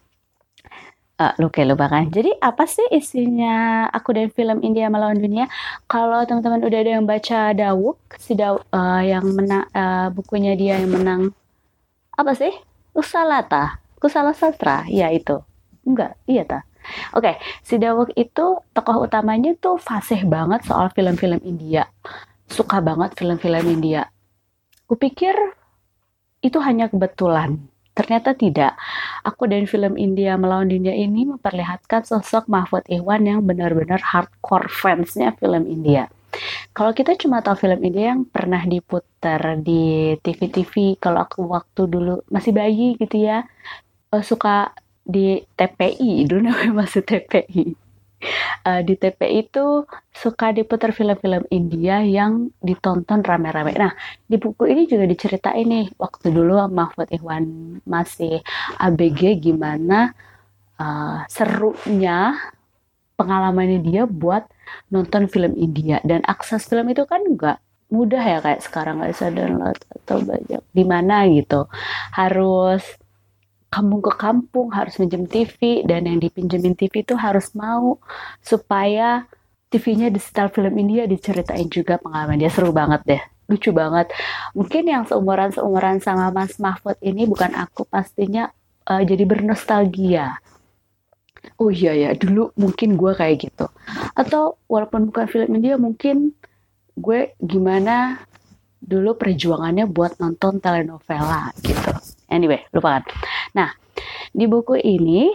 Lupakan. Jadi apa sih isinya Aku dan Film India Melawan Dunia? Kalau teman-teman udah ada yang baca Dawuk, yang menang, bukunya dia yang menang apa sih? Kusala Sastra, ya itu. Enggak, iya ta. Oke, si Dawuk itu tokoh utamanya tuh fasih banget soal film-film India. Suka banget film-film India. Kupikir itu hanya kebetulan. Ternyata tidak. Aku dan Film India Melawan Dunia ini memperlihatkan sosok Mahfud Ihwan yang benar-benar hardcore fansnya film India. Kalau kita cuma tahu film India yang pernah diputar di TV-TV, kalau aku waktu dulu masih bayi gitu ya, suka di TPI, dulu namanya masih TPI. Di TPI itu suka diputar film-film India yang ditonton rame-rame. Nah, di buku ini juga diceritain nih, waktu dulu Mahfud Ihwan masih ABG gimana serunya pengalamannya dia buat nonton film India. Dan akses film itu kan nggak mudah ya kayak sekarang, nggak bisa download atau banyak di mana gitu. Harus kampung ke kampung, harus minjem TV, dan yang dipinjemin TV itu harus mau supaya TV-nya di setel film India diceritain juga pengalaman dia. Seru banget deh, lucu banget. Mungkin yang seumuran sama Mas Mahfud ini, bukan aku pastinya, jadi bernostalgia. Oh iya ya, dulu mungkin gue kayak gitu. Atau walaupun bukan film India, mungkin gue gimana dulu perjuangannya buat nonton telenovela gitu. Anyway, lupakan. Nah, Di buku ini,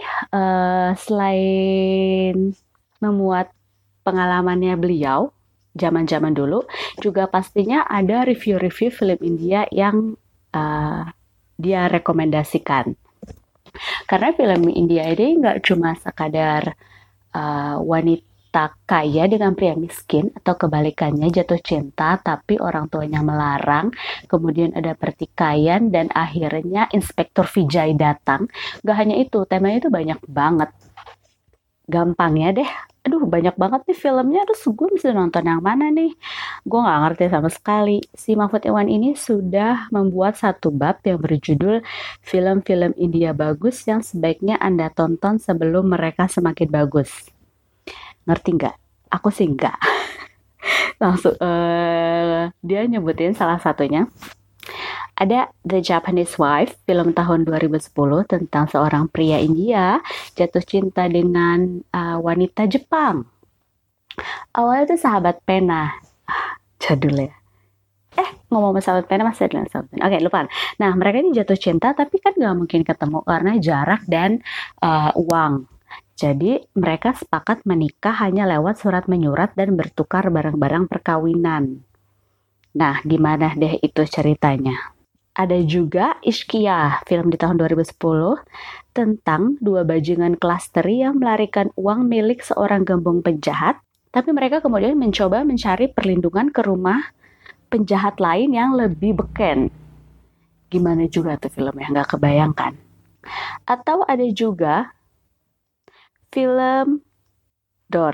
selain memuat pengalamannya beliau zaman-zaman dulu, juga pastinya ada review-review film India yang dia rekomendasikan. Karena film India ini nggak cuma sekadar wanita kaya dengan pria miskin atau kebalikannya jatuh cinta, tapi orang tuanya melarang, kemudian ada pertikaian dan akhirnya Inspektur Vijay datang. Gak hanya itu, temanya itu banyak banget. Gampangnya deh, aduh banyak banget nih filmnya, terus gue mesti nonton yang mana nih? Gue gak ngerti sama sekali. Si Mahfud Iwan ini sudah membuat satu bab yang berjudul film-film India bagus yang sebaiknya Anda tonton sebelum mereka semakin bagus. Ngerti nggak? Aku sih nggak. Langsung dia nyebutin salah satunya. Ada The Japanese Wife, film tahun 2010 tentang seorang pria India jatuh cinta dengan wanita Jepang. Awalnya itu sahabat pena. Jadulnya. Ngomong sahabat pena masih ada sahabat pena. Oke, lupa. Nah, mereka ini jatuh cinta tapi kan nggak mungkin ketemu karena jarak dan uang. Jadi mereka sepakat menikah hanya lewat surat menyurat dan bertukar barang-barang perkawinan. Nah, gimana deh itu ceritanya? Ada juga Ishqiya, film di tahun 2010 tentang dua bajingan kelas teri yang melarikan uang milik seorang gembong penjahat, tapi mereka kemudian mencoba mencari perlindungan ke rumah penjahat lain yang lebih beken. Gimana juga tuh filmnya, nggak kebayangkan. Atau ada juga film Door.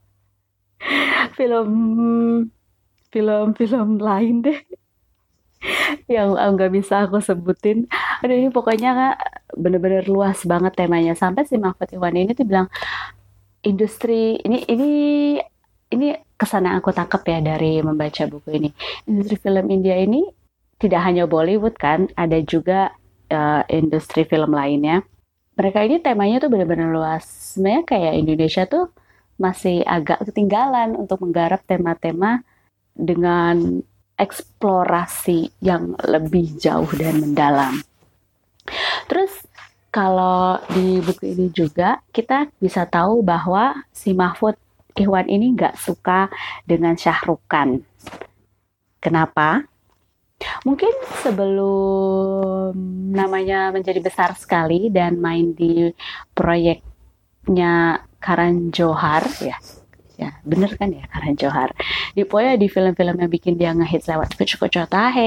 film lain deh yang nggak bisa aku sebutin. Aduh, ini pokoknya bener-bener luas banget temanya. Sampai si Mahfud Iwan ini tuh bilang industri ini kesan yang aku tangkap ya dari membaca buku ini. Industri film India ini tidak hanya Bollywood kan, ada juga industri film lainnya. Mereka ini temanya tuh benar-benar luas. Sebenarnya kayak Indonesia tuh masih agak ketinggalan untuk menggarap tema-tema dengan eksplorasi yang lebih jauh dan mendalam. Terus kalau di buku ini juga kita bisa tahu bahwa si Mahfud Iwan ini nggak suka dengan Shah Rukh Khan. Kenapa? Mungkin sebelum namanya menjadi besar sekali dan main di proyeknya Karan Johar, ya bener kan ya, Karan Johar. Di film-film yang bikin dia ngehits lewat Kuch Kuch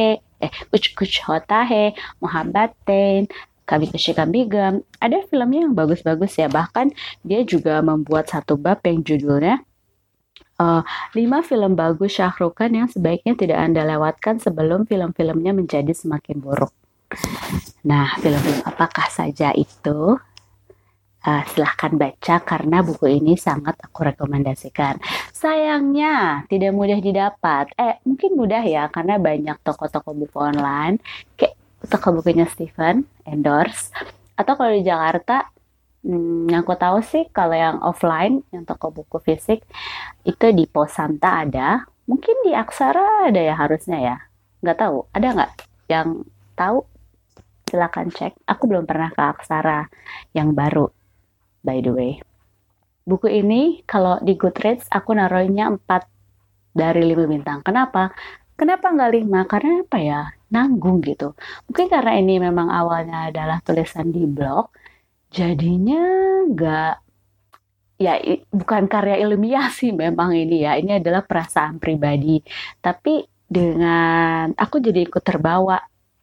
Hota Hai, Mohabbatein, Kabhi Khushi Kabhie Gham. Ada filmnya yang bagus-bagus ya. Bahkan dia juga membuat satu bab yang judulnya 5 film bagus Shah Rukh Khan yang sebaiknya tidak Anda lewatkan sebelum film-filmnya menjadi semakin buruk. Nah, film-film apakah saja itu? Silahkan baca karena buku ini sangat aku rekomendasikan. Sayangnya tidak mudah didapat. Mungkin mudah ya karena banyak toko-toko buku online kayak toko bukunya Stephen, endorse. Atau kalau di Jakarta, yang aku tahu sih kalau yang offline, yang toko buku fisik itu di Pos Santa ada. Mungkin di Aksara ada ya harusnya ya. Nggak tahu, ada nggak yang tahu? Silakan cek. Aku belum pernah ke Aksara yang baru. By the way, buku ini kalau di Goodreads aku naruhnya 4 dari 5 bintang. Kenapa? Kenapa nggak 5? Karena apa ya? Nanggung gitu. Mungkin karena ini memang awalnya adalah tulisan di blog, jadinya nggak, ya bukan karya ilmiah sih memang ini ya. Ini adalah perasaan pribadi. Tapi dengan aku jadi ikut terbawa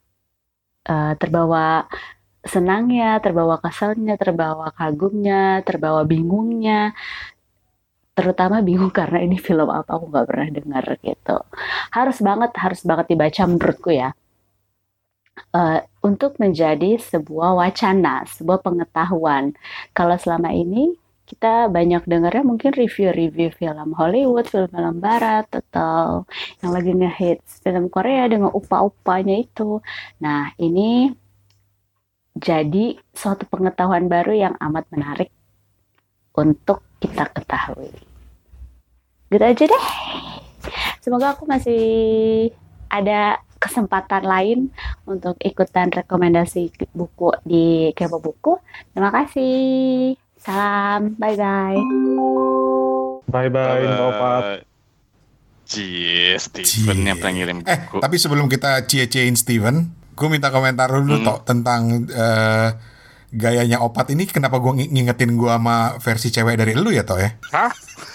senangnya, terbawa keselnya, terbawa kagumnya, terbawa bingungnya. Terutama bingung karena ini film apa aku nggak pernah dengar gitu. Harus banget dibaca menurutku ya. Untuk menjadi sebuah wacana, sebuah pengetahuan. Kalau selama ini kita banyak dengarnya mungkin review-review film Hollywood, film-film Barat, atau yang lagi ngehits film Korea dengan upa-upanya itu. Nah, ini jadi suatu pengetahuan baru yang amat menarik untuk kita ketahui. Gitu aja deh. Semoga aku masih ada kesempatan lain untuk ikutan rekomendasi buku di Kepo Buku. Terima kasih. Salam, bye-bye. Bye-bye, Mbak Opat. Steven yang pernah ngirim buku. Tapi sebelum kita cie-ciein Steven, gue minta komentar dulu tentang gayanya Opat ini. Kenapa gue ngingetin gue sama versi cewek dari lu ya, Toh ya? Hah?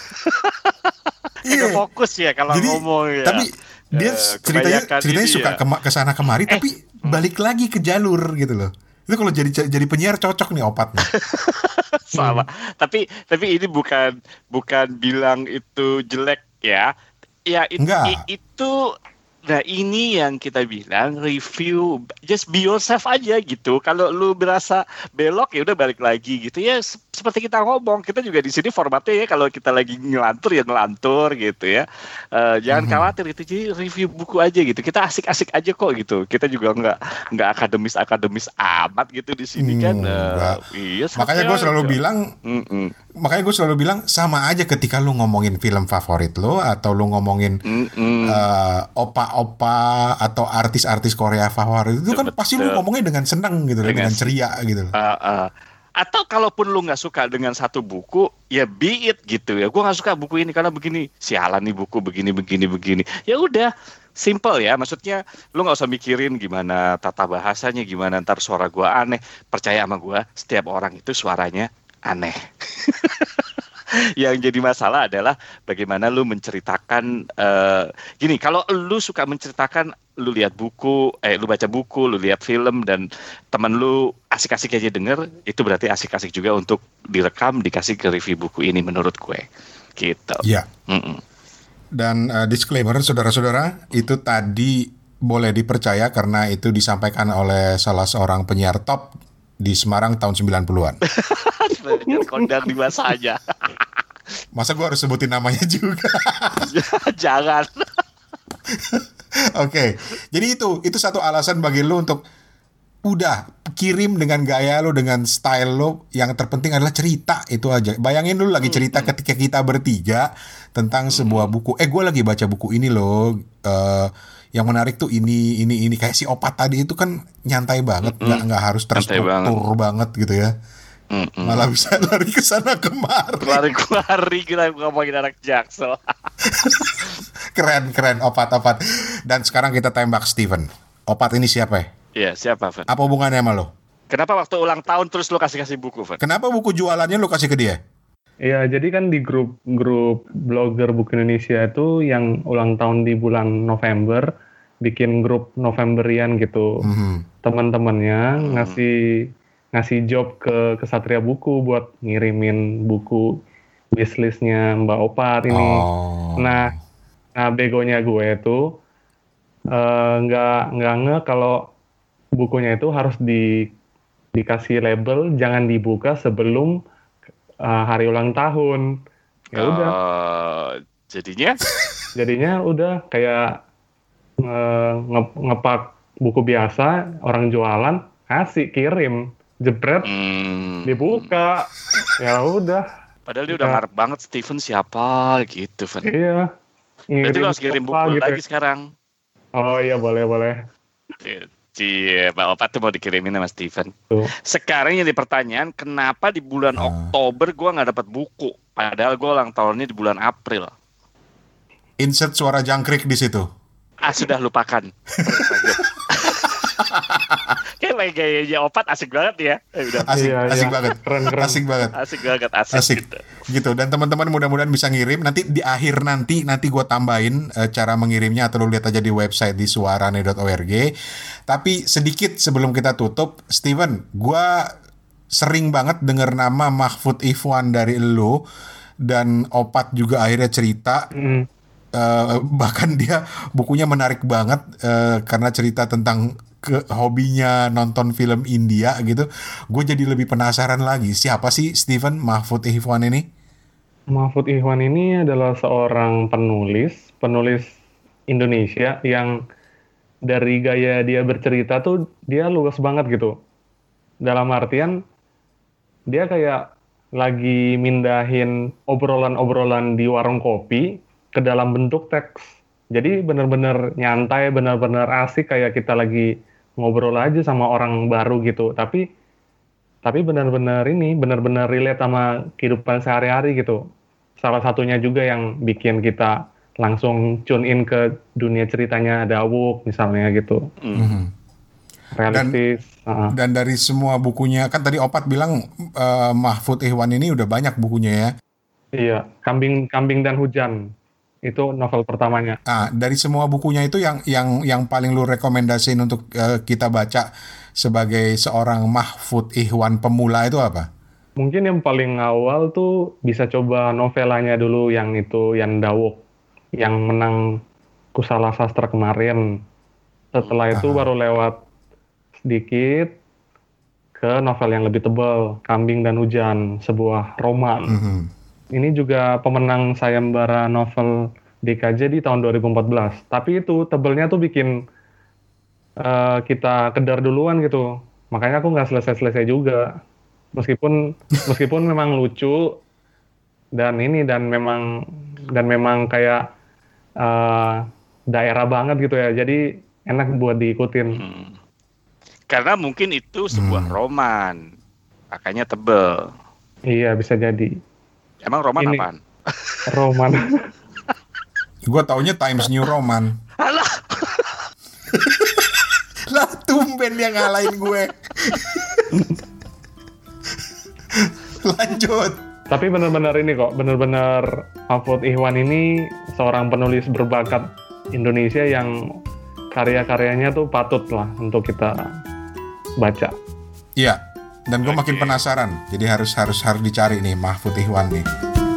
Iya. Fokus ya kalau ngomong ya. Tapi dia ceritanya suka kesana kemari, tapi balik lagi ke jalur gitu loh. Itu kalau jadi penyiar cocok nih Opat nih. Sama. Tapi ini bukan bilang itu jelek ya. Ya itu. Nah ini yang kita bilang review, just be yourself aja gitu. Kalau lu berasa belok ya udah balik lagi gitu ya. Seperti kita ngomong, kita juga di sini formatnya ya kalau kita lagi ngelantur ya ngelantur gitu ya. Jangan khawatir itu, jadi review buku aja gitu. Kita asik-asik aja kok gitu. Kita juga nggak akademis amat gitu di sini kan. Iya. Makanya gue selalu bilang sama aja ketika lu ngomongin film favorit lo atau lu ngomongin opa atau artis-artis Korea favorit itu kan pasti lu ngomongnya dengan senang gitu, dengan ceria gitu. Atau kalaupun lu nggak suka dengan satu buku, ya be it gitu ya. Gue nggak suka buku ini karena begini, sialan nih buku begini. Ya udah, simple ya. Maksudnya lu nggak usah mikirin gimana tata bahasanya, gimana ntar suara gue aneh. Percaya sama gue, setiap orang itu suaranya aneh. Yang jadi masalah adalah bagaimana lu menceritakan gini, kalau lu suka menceritakan, lu lihat buku, lu baca buku, lu lihat film dan teman lu asik-asik aja denger, itu berarti asik-asik juga untuk direkam, dikasih ke review buku ini menurut gue. Gitu. Iya. Dan disclaimer saudara-saudara, itu tadi boleh dipercaya karena itu disampaikan oleh salah seorang penyiar top di Semarang tahun 90-an. Kondang di masanya. Masa gue harus sebutin namanya juga? Jangan. Oke, jadi itu satu alasan bagi lo untuk udah kirim dengan gaya lo, dengan style lo. Yang terpenting adalah cerita, itu aja. Bayangin dulu lagi cerita ketika kita bertiga tentang sebuah buku. Gue lagi baca buku ini loh. Yang menarik tuh ini kayak si Opat tadi itu kan nyantai banget, nggak harus terstruktur banget gitu ya. Malah bisa lari ke sana kemari. Lari kita ngomongin anak Jaksel. Keren Opat. Dan sekarang kita tembak Steven. Opat ini siapa ya? Iya, siapa, Van? Apa hubungannya sama lo? Kenapa waktu ulang tahun terus lo kasih buku, Van? Kenapa buku jualannya lo kasih ke dia? Iya, jadi kan di grup blogger buku Indonesia itu yang ulang tahun di bulan November bikin grup Novemberian gitu. Teman-temannya ngasih job ke Satria Buku buat ngirimin buku wishlistnya Mbak Opat ini. Nah begonya gue itu nggak kalau bukunya itu harus dikasih label jangan dibuka sebelum hari ulang tahun. Ya udah. Jadinya udah kayak ngepak buku biasa orang jualan kasih kirim jebret dibuka ya udah. Padahal dia udah ngarep banget Steven siapa gitu, Van. Iya. Berarti lo harus kirim buku gitu lagi sekarang. Oh iya boleh. Iya, Pak Opat tuh mau dikirimin sama Steven. Sekarang yang di pertanyaan, kenapa di bulan Oktober gue nggak dapat buku? Padahal gue ulang tahunnya di bulan April. Insert suara jangkrik di situ. Sudah lupakan. Kayak gayanya Opat asik banget ya. Asik banget. Keren. Asik banget. Gitu. Dan teman-teman mudah-mudahan bisa ngirim. Nanti di akhir nanti gue tambahin cara mengirimnya atau lu lihat aja di website di suarane.org. Tapi sedikit sebelum kita tutup, Steven, gue sering banget denger nama Mahfud Ifwan dari lu dan Opat juga akhirnya cerita. Bahkan dia bukunya menarik banget karena cerita tentang hobinya nonton film India gitu. Gue jadi lebih penasaran lagi, siapa sih Steven Mahfud Ihwan ini? Mahfud Ihwan ini adalah seorang penulis Indonesia yang dari gaya dia bercerita tuh dia luas banget gitu. Dalam artian dia kayak lagi mindahin obrolan-obrolan di warung kopi ke dalam bentuk teks. Jadi bener-bener nyantai, bener-bener asik kayak kita lagi ngobrol aja sama orang baru gitu. Tapi bener-bener relate sama kehidupan sehari-hari gitu. Salah satunya juga yang bikin kita langsung tune in ke dunia ceritanya Dawuk misalnya gitu. Realistis. Dan dari semua bukunya, kan tadi Opat bilang Mahfud Ihwan ini udah banyak bukunya ya. Iya, Kambing dan Hujan. Itu novel pertamanya. Dari semua bukunya itu yang paling lu rekomendasiin untuk kita baca sebagai seorang Mahfud Ihwan pemula itu apa? Mungkin yang paling awal tuh bisa coba novelanya dulu yang Dawuk, yang menang Kusala Sastra kemarin. Setelah itu baru lewat sedikit ke novel yang lebih tebal, Kambing dan Hujan, sebuah roman. Ini juga pemenang sayembara novel DKJ di tahun 2014. Tapi itu tebelnya tuh bikin kita kedar duluan gitu. Makanya aku nggak selesai-selesai juga. Meskipun memang lucu dan memang kayak daerah banget gitu ya. Jadi enak buat diikutin. Karena mungkin itu sebuah roman, makanya tebel. Iya, bisa jadi. Emang roman apaan? Roman. Gue taunya Times New Roman. Alah. Lah tumben dia ngalahin gue. Lanjut. Tapi benar-benar Mahfud Ihwan ini seorang penulis berbakat Indonesia yang karya-karyanya tuh patut lah untuk kita baca. Iya. Dan gue makin penasaran. Jadi harus dicari nih Mahfud Ihwan nih.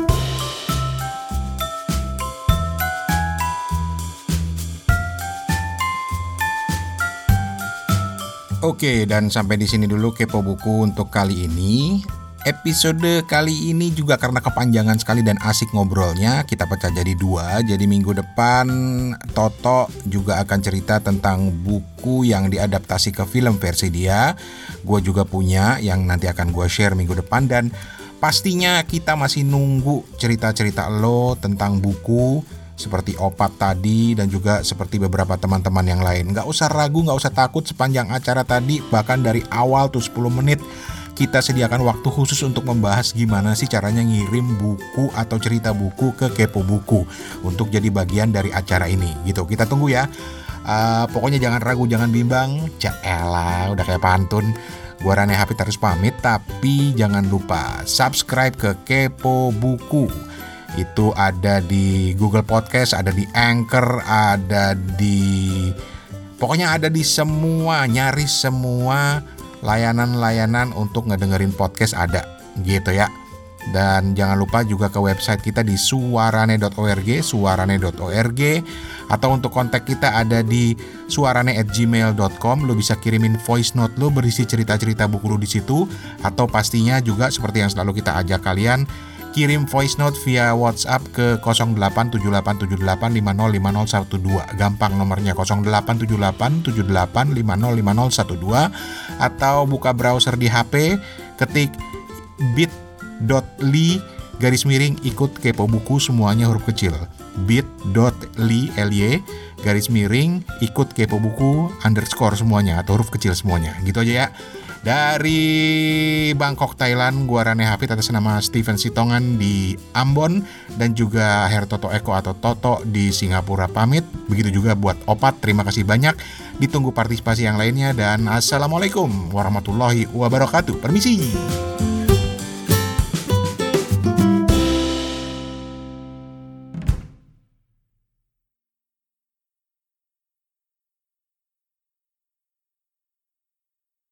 Oke, dan sampai di sini dulu Kepo Buku untuk kali ini. Episode kali ini juga karena kepanjangan sekali dan asik ngobrolnya, kita pecah jadi 2. Jadi minggu depan Toto juga akan cerita tentang buku yang diadaptasi ke film versi dia. Gue juga punya yang nanti akan gue share minggu depan. Dan pastinya kita masih nunggu cerita-cerita lo tentang buku, seperti Opat tadi dan juga seperti beberapa teman-teman yang lain. Gak usah ragu, gak usah takut, sepanjang acara tadi, bahkan dari awal tuh 10 menit kita sediakan waktu khusus untuk membahas gimana sih caranya ngirim buku atau cerita buku ke Kepo Buku untuk jadi bagian dari acara ini gitu. Kita tunggu ya. Pokoknya jangan ragu, jangan bimbang. Caelah, udah kayak pantun. Gua Rane Hafid harus pamit, tapi jangan lupa subscribe ke Kepo Buku. Itu ada di Google Podcast, ada di Anchor, pokoknya ada di semua, nyaris semua layanan-layanan untuk ngedengerin podcast ada gitu ya. Dan jangan lupa juga ke website kita di suarane.org, atau untuk kontak kita ada di suarane@gmail.com. Lo bisa kirimin voice note lo berisi cerita-cerita buku lo di situ, atau pastinya juga seperti yang selalu kita ajak kalian, kirim voice note via WhatsApp ke 087878505012. Gampang nomornya 087878505012, atau buka browser di HP, ketik bit.ly/ ikut Kepo Buku, semuanya huruf kecil. bit.ly/ ikut Kepo Buku _ semuanya atau huruf kecil semuanya. Gitu aja ya. Dari Bangkok, Thailand, gua Rane Hafid atas nama Steven Sitongan di Ambon, dan juga Hertoto Eko atau Toto di Singapura pamit. Begitu juga buat Opat, terima kasih banyak. Ditunggu partisipasi yang lainnya, dan assalamualaikum warahmatullahi wabarakatuh. Permisi.